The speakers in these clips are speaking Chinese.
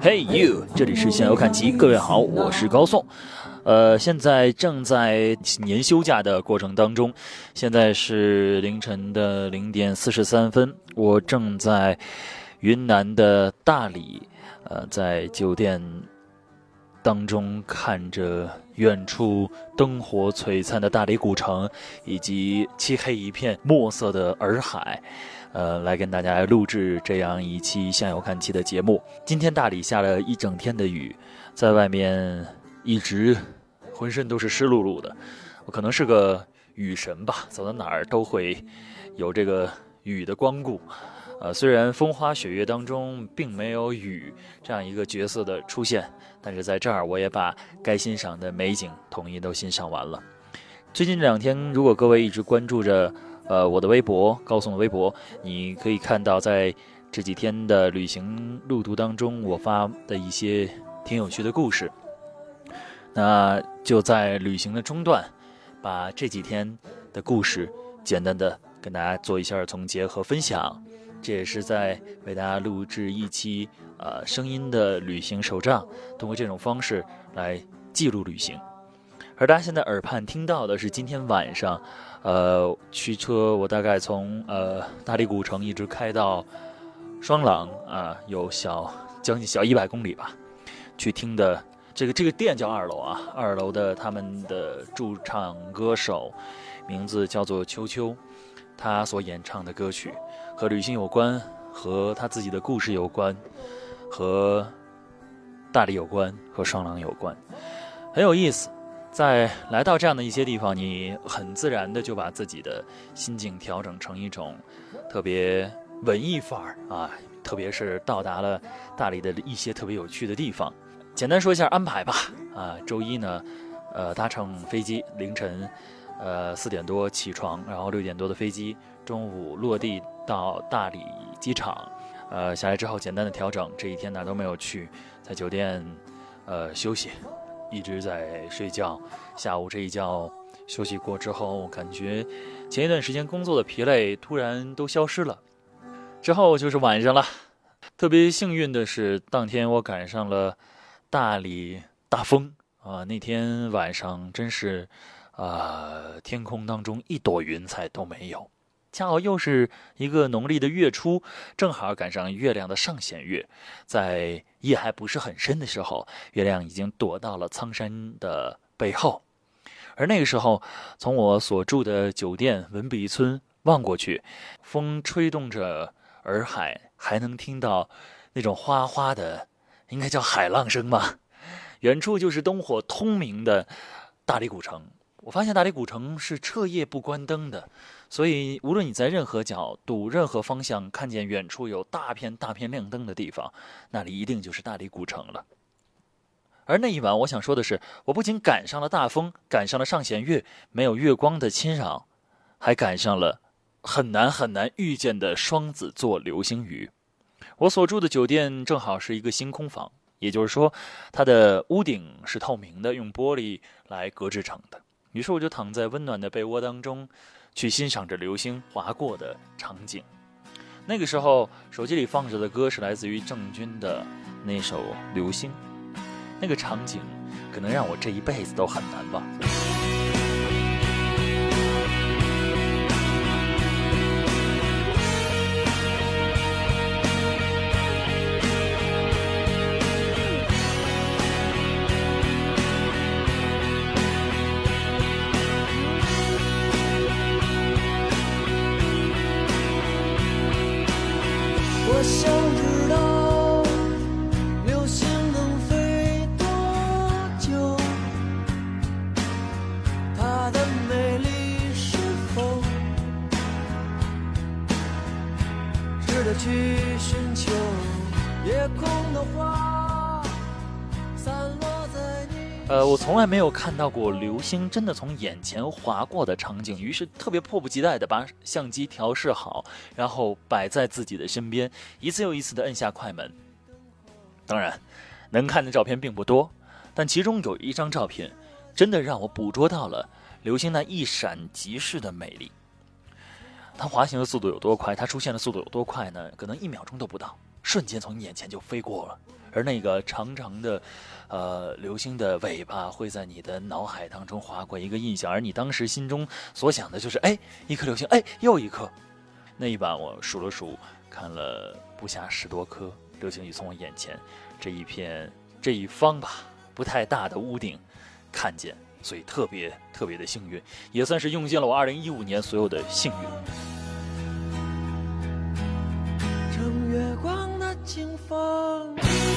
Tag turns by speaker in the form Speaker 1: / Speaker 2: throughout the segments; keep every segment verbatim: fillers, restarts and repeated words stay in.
Speaker 1: Hey you， 这里是向游看齐，各位好，我是高颂。呃，现在正在年休假的过程当中，现在是凌晨的零点四十三分，我正在云南的大理，呃，在酒店当中看着远处灯火璀璨的大理古城，以及漆黑一片墨色的洱海。呃，来跟大家录制这样一期向游看齐的节目。今天大理下了一整天的雨，在外面一直浑身都是湿漉漉的。我可能是个雨神吧，走到哪儿都会有这个雨的光顾。呃，虽然风花雪月当中并没有雨这样一个角色的出现，但是在这儿我也把该欣赏的美景统一都欣赏完了。最近这两天，如果各位一直关注着呃，我的微博，高颂的微博，你可以看到在这几天的旅行路途当中，我发的一些挺有趣的故事。那就在旅行的中段，把这几天的故事简单的跟大家做一下总结和分享。这也是在为大家录制一期呃声音的旅行手账，通过这种方式来记录旅行。而大家现在耳畔听到的是今天晚上呃，驱车我大概从呃大理古城一直开到双廊啊、呃，有小将近小一百公里吧。去听的这个这个店叫二楼啊，二楼的他们的驻唱歌手名字叫做秋秋，他所演唱的歌曲和旅行有关，和他自己的故事有关，和大理有关，和双廊有关，很有意思。在来到这样的一些地方，你很自然的就把自己的心境调整成一种特别文艺范儿啊，特别是到达了大理的一些特别有趣的地方。简单说一下安排吧。啊，周一呢，呃，搭乘飞机，凌晨呃四点多起床，然后六点多的飞机，中午落地到大理机场。呃，下来之后简单的调整，这一天哪都没有去，在酒店呃休息。一直在睡觉，下午这一觉休息过之后，感觉前一段时间工作的疲累突然都消失了。之后就是晚上了，特别幸运的是，当天我赶上了大理大风啊！那天晚上真是，呃，天空当中一朵云彩都没有。恰好又是一个农历的月初，正好赶上月亮的上弦月，在夜还不是很深的时候，月亮已经躲到了苍山的背后。而那个时候，从我所住的酒店文笔村望过去，风吹动着洱海，还能听到那种哗哗的，应该叫海浪声吧。远处就是灯火通明的大理古城。我发现大理古城是彻夜不关灯的，所以无论你在任何角度、任何方向看见远处有大片大片亮灯的地方，那里一定就是大理古城了。而那一晚，我想说的是，我不仅赶上了大风，赶上了上弦月，没有月光的侵扰，还赶上了很难很难遇见的双子座流星雨。我所住的酒店正好是一个星空房，也就是说，它的屋顶是透明的，用玻璃来隔制成的。于是我就躺在温暖的被窝当中，去欣赏着流星划过的场景。那个时候，手机里放着的歌是来自于郑钧的那首《流星》，那个场景可能让我这一辈子都很难忘。
Speaker 2: 我想知道流星能飞多久，它的美丽是否值得去寻求。夜空的花散落在你
Speaker 1: 呃，我从来没有看到过流星真的从眼前划过的场景，于是特别迫不及待地把相机调试好，然后摆在自己的身边，一次又一次地摁下快门。当然，能看的照片并不多，但其中有一张照片真的让我捕捉到了流星那一闪即逝的美丽。它滑行的速度有多快，它出现的速度有多快呢？可能一秒钟都不到， 瞬间从你眼前就飞过了，而那个长长的呃流星的尾巴会在你的脑海当中划过一个印象，而你当时心中所想的就是哎，一颗流星，哎，又一颗。那一晚我数了数，看了不下十多颗流星雨从我眼前这一片这一方吧不太大的屋顶看见，所以特别特别的幸运，也算是用尽了我二零一五年所有的幸运。
Speaker 2: 乘月光的清风，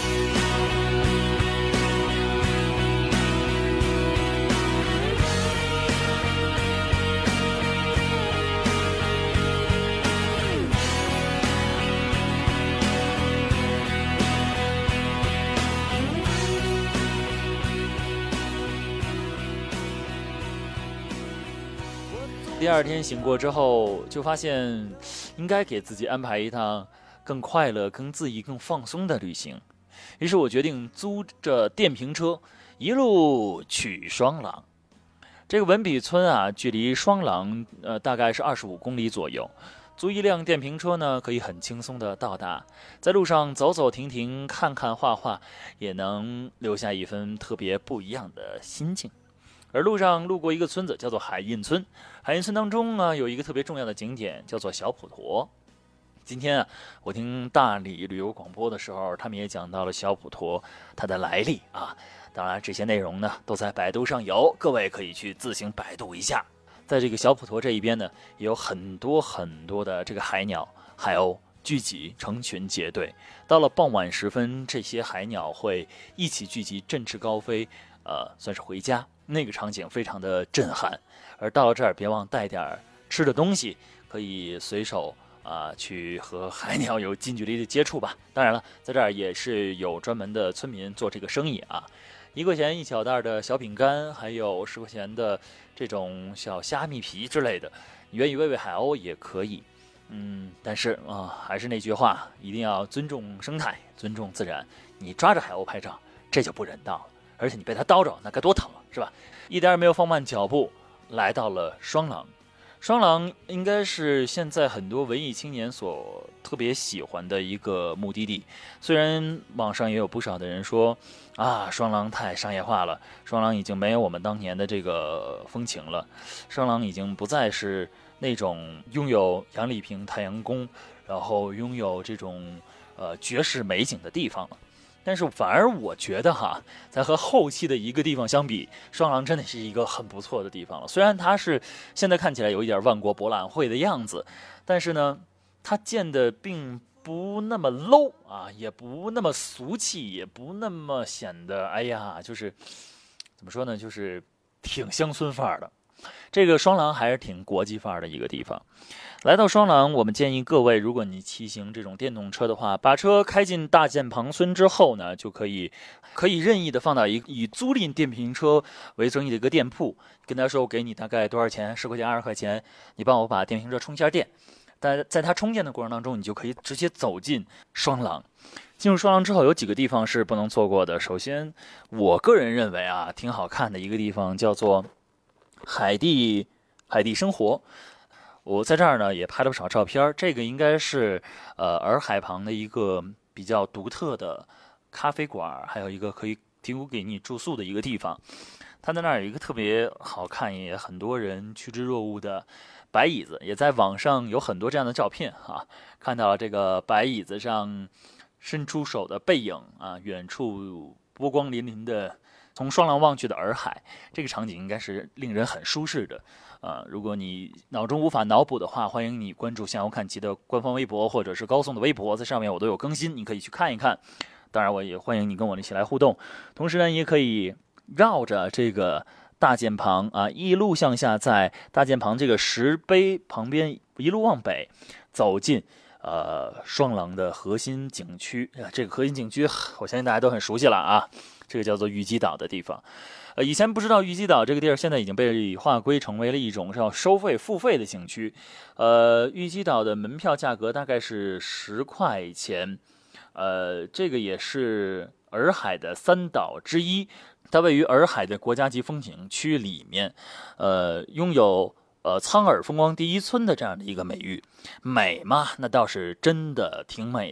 Speaker 1: 第二天醒过之后，就发现应该给自己安排一趟更快乐、更恣意、更放松的旅行。于是我决定租着电瓶车，一路去双廊。这个文笔村啊，距离双廊呃大概是二十五公里左右。租一辆电瓶车呢，可以很轻松的到达，在路上走走停停、看看画画，也能留下一份特别不一样的心境。而路上路过一个村子，叫做海印村。海印村当中呢，有一个特别重要的景点，叫做小普陀。今天啊，我听大理旅游广播的时候，他们也讲到了小普陀它的来历啊。当然，这些内容呢，都在百度上有，各位可以去自行百度一下。在这个小普陀这一边呢，也有很多很多的这个海鸟、海鸥聚集，成群结队。到了傍晚时分，这些海鸟会一起聚集，振翅高飞，呃，算是回家。那个场景非常的震撼，而到了这儿别忘带点吃的东西，可以随手啊、呃、去和海鸟有近距离的接触吧。当然了，在这儿也是有专门的村民做这个生意啊，一块钱一小袋的小饼干，还有十块钱的这种小虾米皮之类的，你愿意喂喂海鸥也可以。嗯，但是啊、呃，还是那句话，一定要尊重生态，尊重自然。你抓着海鸥拍照，这就不人道了。而且你被它叨着，那该多疼啊，是吧？一点也没有放慢脚步，来到了双廊。双廊应该是现在很多文艺青年所特别喜欢的一个目的地。虽然网上也有不少的人说啊，双廊太商业化了，双廊已经没有我们当年的这个风情了，双廊已经不再是那种拥有杨丽萍太阳宫，然后拥有这种呃绝世美景的地方了。但是反而我觉得哈，在和后期的一个地方相比，双廊真的是一个很不错的地方了。虽然它是现在看起来有一点万国博览会的样子，但是呢，它建的并不那么 low 啊，也不那么俗气，也不那么显得哎呀，就是怎么说呢，就是挺乡村范儿的。这个双廊还是挺国际范儿的一个地方。来到双廊，我们建议各位，如果你骑行这种电动车的话，把车开进大建旁村之后呢，就可以可以任意的放到一以租赁电瓶车为生意的一个店铺，跟他说我给你大概多少钱，十块钱、二十块钱，你帮我把电瓶车充一下电。但在它充电的过程当中，你就可以直接走进双廊。进入双廊之后，有几个地方是不能错过的。首先，我个人认为啊，挺好看的一个地方叫做海地海地生活。我在这儿呢也拍了不少照片，这个应该是呃洱海旁的一个比较独特的咖啡馆，还有一个可以提供给你住宿的一个地方。它在那儿有一个特别好看，也很多人趋之若鹜的白椅子，也在网上有很多这样的照片啊。看到了这个白椅子上伸出手的背影啊，远处波光粼粼的从双廊望去的洱海，这个场景应该是令人很舒适的。呃，如果你脑中无法脑补的话，欢迎你关注向右看齐的官方微博或者是高颂的微博，在上面我都有更新，你可以去看一看。当然，我也欢迎你跟我一起来互动。同时呢，你也可以绕着这个大建旁啊，一路向下，在大建旁这个石碑旁边一路往北走进呃双廊的核心景区。呃、这个核心景区我相信大家都很熟悉了啊，这个叫做玉鸡岛的地方。呃，以前不知道玉鸡岛这个地儿现在已经被划归成为了一种要收费付费的景区。呃，玉鸡岛的门票价格大概是十块钱。呃，这个也是洱海的三岛之一，它位于洱海的国家级风景区里面，呃，拥有呃苍耳风光第一村的这样的一个美誉。美嘛，那倒是真的挺美的。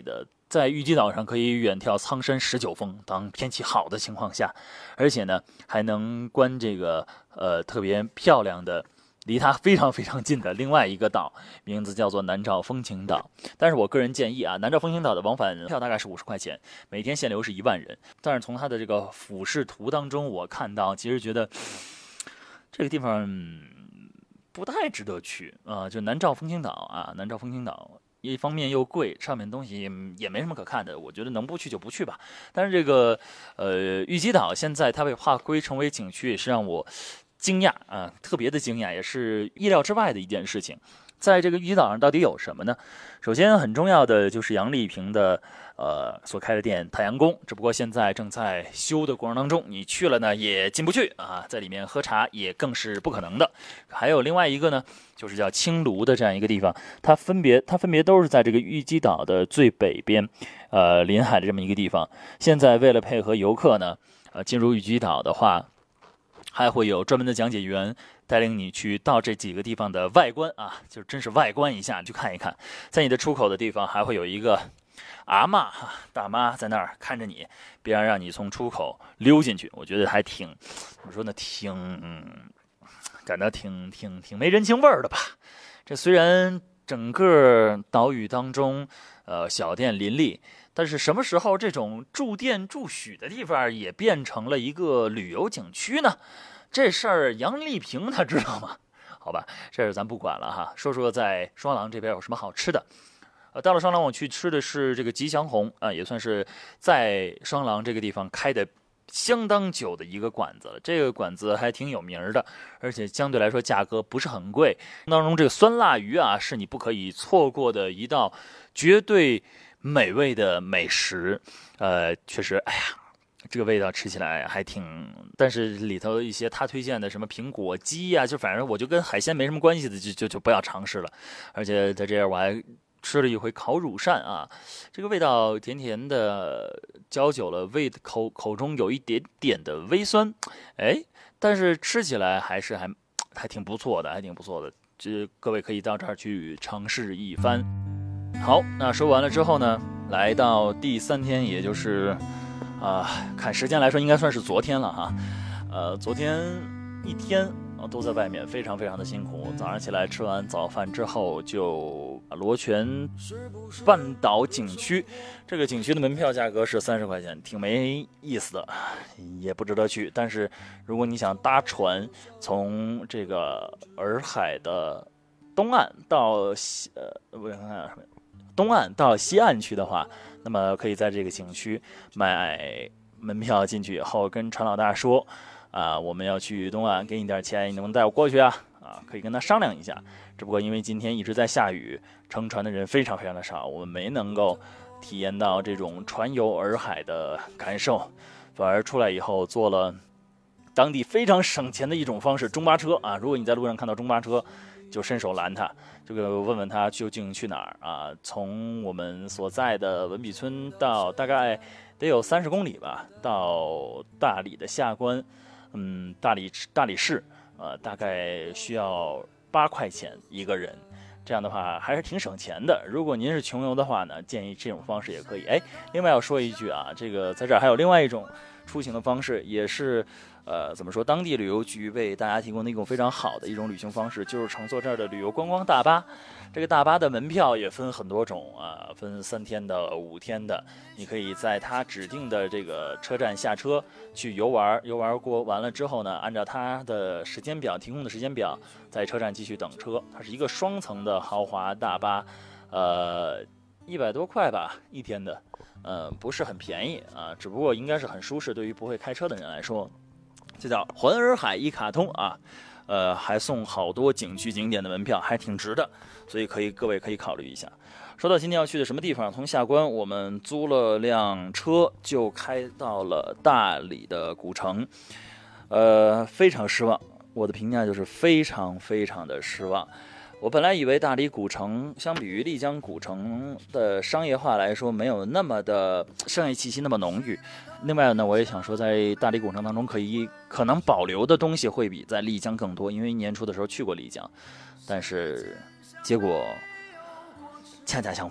Speaker 1: 在玉姬岛上可以远眺苍山十九峰，当天气好的情况下，而且呢还能观这个呃特别漂亮的离它非常非常近的另外一个岛，名字叫做南诏风情岛。但是我个人建议啊，南诏风情岛的往返票大概是五十块钱，每天限流是一万人。但是从它的这个俯视图当中，我看到其实觉得这个地方、嗯、不太值得去啊、呃。就南诏风情岛啊，南诏风情岛。一方面又贵，上面东西也没什么可看的，我觉得能不去就不去吧。但是这个呃玉姬岛现在它被划归成为景区，也是让我惊讶啊，特别的惊讶，也是意料之外的一件事情。在这个玉姬岛上到底有什么呢？首先很重要的就是杨丽萍的呃所开的店太阳宫，只不过现在正在修的过程当中，你去了呢也进不去啊，在里面喝茶也更是不可能的。还有另外一个呢，就是叫青庐的这样一个地方，它分别它分别都是在这个玉姬岛的最北边，呃临海的这么一个地方。现在为了配合游客呢，呃进入玉姬岛的话，还会有专门的讲解员带领你去到这几个地方的外观啊，就真是外观一下，去看一看。在你的出口的地方还会有一个阿嬷大妈在那儿看着你，必然让你从出口溜进去。我觉得还挺怎么说呢，挺、嗯、感到挺挺挺没人情味儿的吧。这虽然整个岛屿当中呃小店林立，但是什么时候这种住店住许的地方也变成了一个旅游景区呢？这事儿杨丽萍她知道吗？好吧，这事咱不管了哈。说说在双廊这边有什么好吃的。呃，到了双廊我去吃的是这个吉祥红啊、呃，也算是在双廊这个地方开的相当久的一个馆子了。这个馆子还挺有名的，而且相对来说价格不是很贵。当中这个酸辣鱼啊，是你不可以错过的一道绝对美味的美食。呃，确实，哎呀。这个味道吃起来还挺，但是里头一些他推荐的什么苹果鸡呀、啊，就反正我就跟海鲜没什么关系的，就就就不要尝试了。而且在这样我还吃了一回烤乳扇啊，这个味道甜甜的，嚼久了味口口中有一点点的微酸，哎，但是吃起来还是还还挺不错的，还挺不错的。这各位可以到这儿去尝试一番。好，那说完了之后呢，来到第三天，也就是。啊、呃，看时间来说，应该算是昨天了哈。呃，昨天一天都在外面，非常非常的辛苦。早上起来吃完早饭之后，就罗泉半岛景区。这个景区的门票价格是三十块钱，挺没意思的，也不值得去。但是如果你想搭船从这个洱海的东岸到西呃，不看看什么。东岸到西岸去的话，那么可以在这个景区买门票进去以后，跟船老大说，啊，我们要去东岸，给你点钱，你能不能带我过去啊？啊，可以跟他商量一下。只不过因为今天一直在下雨，乘船的人非常非常的少，我们没能够体验到这种船游洱海的感受，反而出来以后坐了当地非常省钱的一种方式，中巴车啊。如果你在路上看到中巴车，就伸手拦他，这个问问他究竟去哪儿啊？从我们所在的文笔村到大概得有三十公里吧，到大理的下关，嗯，大理大理市，呃，大概需要八块钱一个人。这样的话还是挺省钱的。如果您是穷游的话呢，建议这种方式也可以。哎，另外要说一句啊，这个在这儿还有另外一种出行的方式，也是。呃，怎么说？当地旅游局为大家提供的一种非常好的一种旅行方式，就是乘坐这儿的旅游观光大巴。这个大巴的门票也分很多种啊，分三天的、五天的。你可以在它指定的这个车站下车去游玩，游玩过完了之后呢，按照它的时间表提供的时间表，在车站继续等车。它是一个双层的豪华大巴，呃，一百多块吧一天的，呃，不是很便宜啊，只不过应该是很舒适，对于不会开车的人来说。这叫环洱海一卡通啊，呃，还送好多景区景点的门票，还挺值的，所以可以各位可以考虑一下。说到今天要去的什么地方，从下关我们租了辆车就开到了大理的古城，呃，非常失望，我的评价就是非常非常的失望。我本来以为大理古城相比于丽江古城的商业化来说，没有那么的商业气息那么浓郁。另外呢，我也想说，在大理古城当中，可以可能保留的东西会比在丽江更多，因为年初的时候去过丽江，但是结果恰恰相反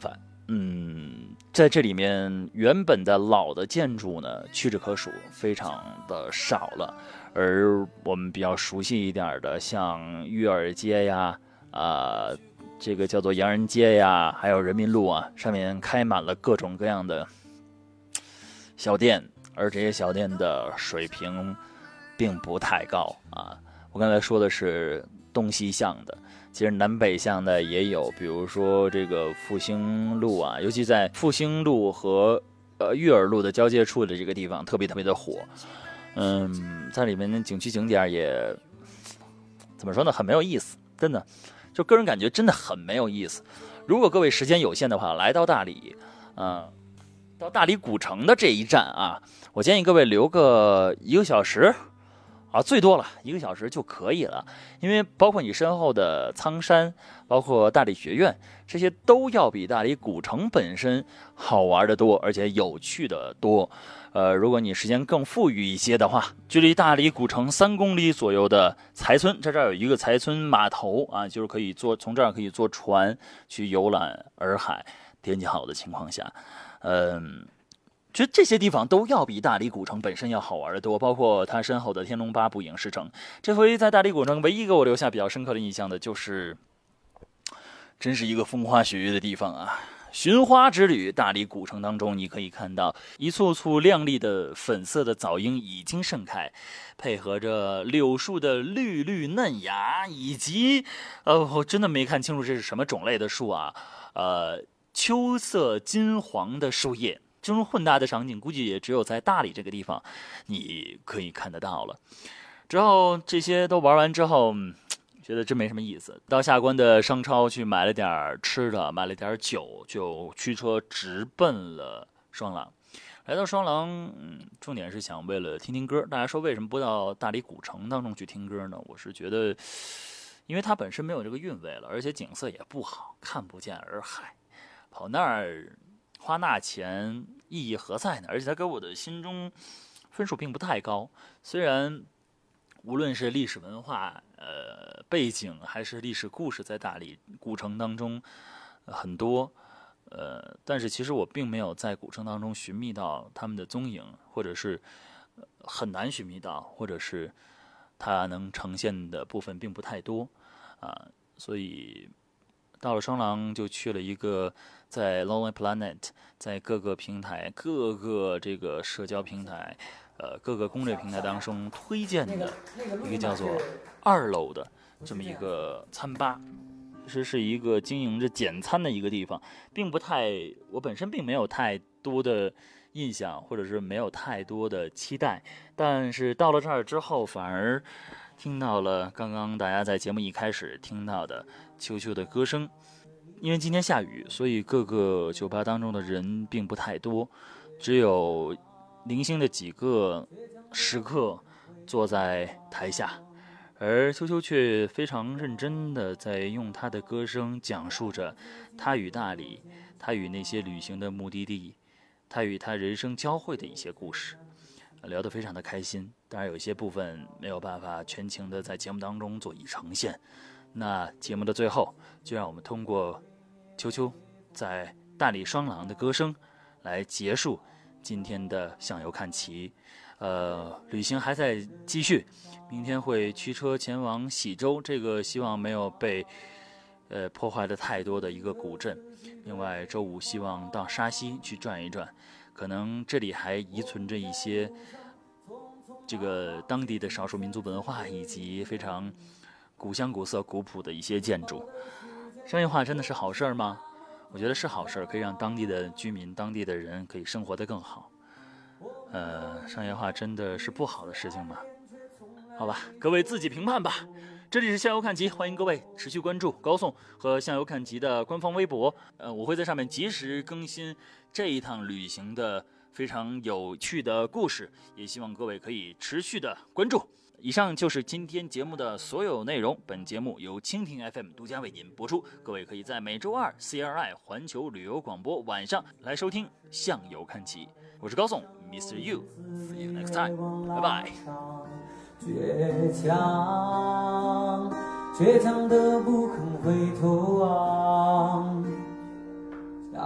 Speaker 1: 嗯，在这里面原本的老的建筑呢屈指可数，非常的少了。而我们比较熟悉一点的，像育尔街呀，啊、呃，这个叫做洋人街呀，还有人民路啊，上面开满了各种各样的小店，而这些小店的水平并不太高啊。我刚才说的是东西向的，其实南北向的也有，比如说这个复兴路啊，尤其在复兴路和呃育尔路的交界处的这个地方，特别特别的火。嗯，在里面的景区景点也怎么说呢，很没有意思，真的，就个人感觉真的很没有意思。如果各位时间有限的话，来到大理，嗯、呃，到大理古城的这一站啊，我建议各位留个一个小时。啊，最多了一个小时就可以了，因为包括你身后的苍山，包括大理学院，这些都要比大理古城本身好玩的多，而且有趣的多。呃，如果你时间更富裕一些的话，距离大理古城三公里左右的财村，在这儿有一个财村码头啊，就是可以坐从这儿可以坐船去游览洱海，天气好的情况下，嗯。觉得这些地方都要比大理古城本身要好玩的多，包括它身后的天龙八部影视城。这回在大理古城唯一给我留下比较深刻的印象的就是，真是一个风花雪月的地方啊！寻花之旅，大理古城当中，你可以看到一簇簇亮丽的粉色的枣樱已经盛开，配合着柳树的绿绿嫩芽，以及呃，我真的没看清楚这是什么种类的树啊，呃，秋色金黄的树叶。这种混搭的场景，估计也只有在大理这个地方，你可以看得到了。之后这些都玩完之后，觉得真没什么意思。到下关的商超去买了点吃的，买了点酒，就驱车直奔了双廊。来到双廊，嗯，重点是想为了听听歌。大家说为什么不到大理古城当中去听歌呢？我是觉得，因为它本身没有这个韵味了，而且景色也不好，看不见洱海，跑那儿。花那钱意义何在呢？而且它给我的心中分数并不太高。虽然无论是历史文化、呃背景还是历史故事，在大理古城当中、呃、很多，呃，但是其实我并没有在古城当中寻觅到他们的踪影，或者是、呃、很难寻觅到，或者是它能呈现的部分并不太多啊、呃，所以到了双廊就去了一个。在 Lonely Planet， 在各个平台、各个这个社交平台、呃各个攻略平台当中推荐的一个叫做二楼的这么一个餐吧，其实是一个经营着简餐的一个地方，并不太，我本身并没有太多的印象，或者是没有太多的期待，但是到了这儿之后，反而听到了刚刚大家在节目一开始听到的秋秋的歌声。因为今天下雨，所以各个酒吧当中的人并不太多，只有零星的几个食客坐在台下，而秋秋却非常认真地在用他的歌声讲述着他与大理，他与那些旅行的目的地，他与他人生交汇的一些故事，聊得非常的开心。当然有一些部分没有办法全情的在节目当中做以呈现，那节目的最后，就让我们通过秋秋在大理双廊的歌声来结束今天的向游看齐。呃，旅行还在继续，明天会驱车前往喜洲，这个希望没有被呃破坏的太多的一个古镇。另外，周五希望到沙溪去转一转，可能这里还遗存着一些这个当地的少数民族文化，以及非常古香古色古朴的一些建筑。商业化真的是好事吗？我觉得是好事，可以让当地的居民、当地的人可以生活得更好。呃，商业化真的是不好的事情吗？好吧，各位自己评判吧。这里是向游看齐，欢迎各位持续关注高颂和向游看齐的官方微博。呃，我会在上面及时更新这一趟旅行的非常有趣的故事，也希望各位可以持续的关注。以上就是今天节目的所有内容。本节目由蜻蜓 F M 独家为您播出，各位可以在每周二 C R I 环球旅游广播晚上来收听向游看齐。我是高颂 Mister You，See you next time， 拜拜。
Speaker 2: 倔强，倔强的不肯回头望，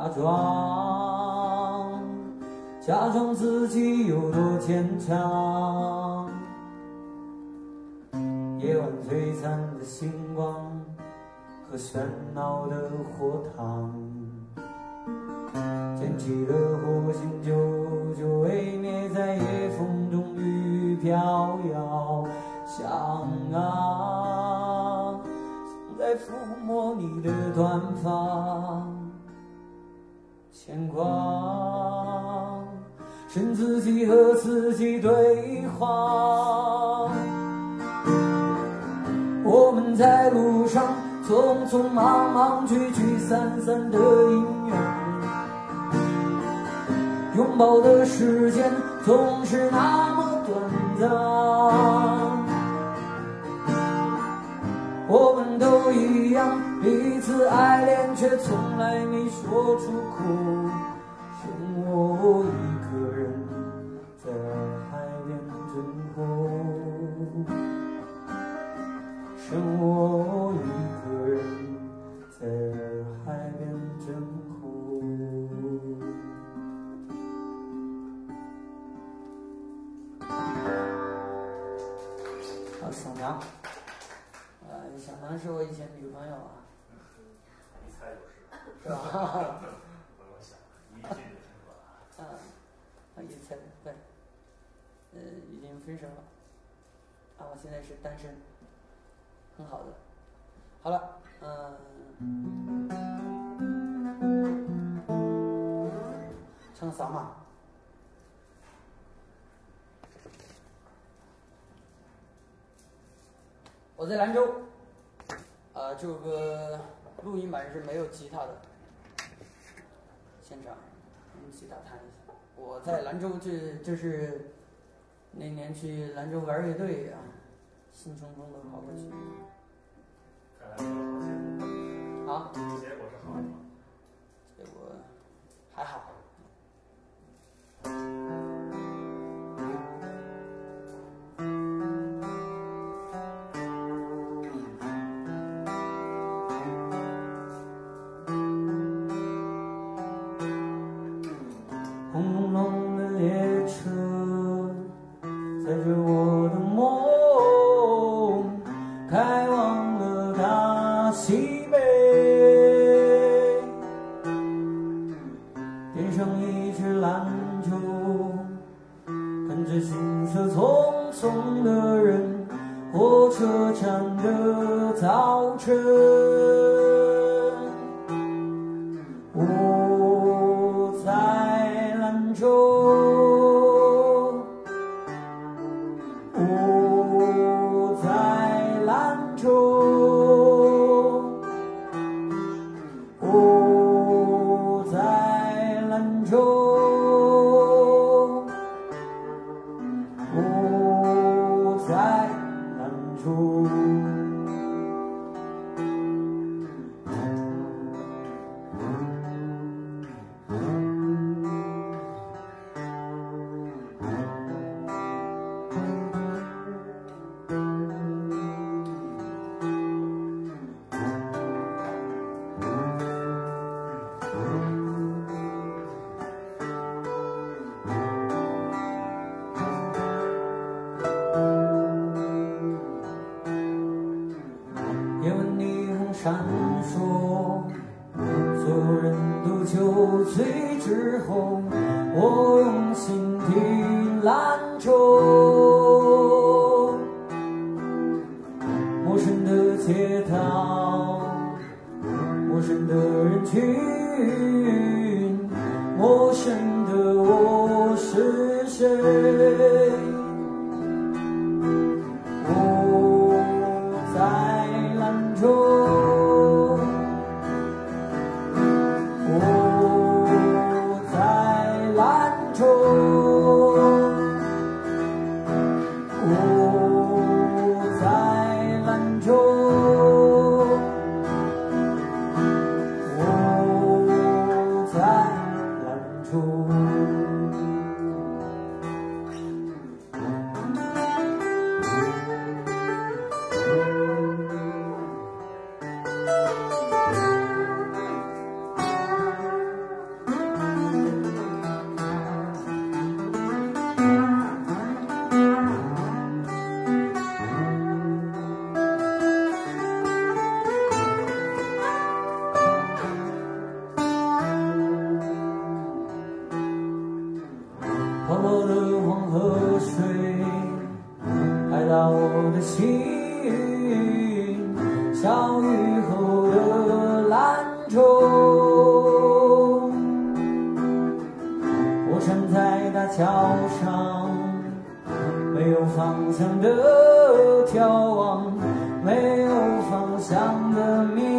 Speaker 3: 假装，假装自己有多坚强。夜晚璀璨的星光和喧闹的火塘，捡起的火星久久未灭，在夜风中雨飘摇。想啊，想在抚摸你的短发，牵挂，剩自己和自己对话。我们在路上匆匆忙忙，聚聚散散的姻缘，拥抱的时间总是那么短暂。我们都一样，彼此爱恋，却从来没说出口。剩我一个人在海边等候，剩我一个人在海边等候。啊，小娘。小南是我以前女朋友啊，
Speaker 1: 一猜就是，
Speaker 3: 是吧？
Speaker 1: 不用想，一句就听出来了。
Speaker 3: 啊，一猜对，呃，已经分手了，啊，我现在是单身，很好的。好了，嗯、呃，唱个嗓嘛。我在兰州。啊，这首歌录音版是没有吉他的，现场用吉他弹一下。我在兰州这这是那年去兰州玩乐队啊，兴冲冲的跑过去。
Speaker 1: 看来没有好结果。
Speaker 3: 啊？
Speaker 1: 结果是好的吗？
Speaker 3: 结果还好。轰隆的列车载着我的梦，开往了大西北。点上一支篮球，看着行色匆匆的人，火车站的早晨。我在兰州，我在兰州，我在兰州，我在兰州。夜晚霓虹闪烁，所有人都酒醉之后，我用心听兰州。陌生的街道，陌生的人群，陌生的我是谁？我在兰州，我在兰州，
Speaker 2: 到我的心，像雨后的兰州。我站在大桥上，没有方向的眺望，没有方向的迷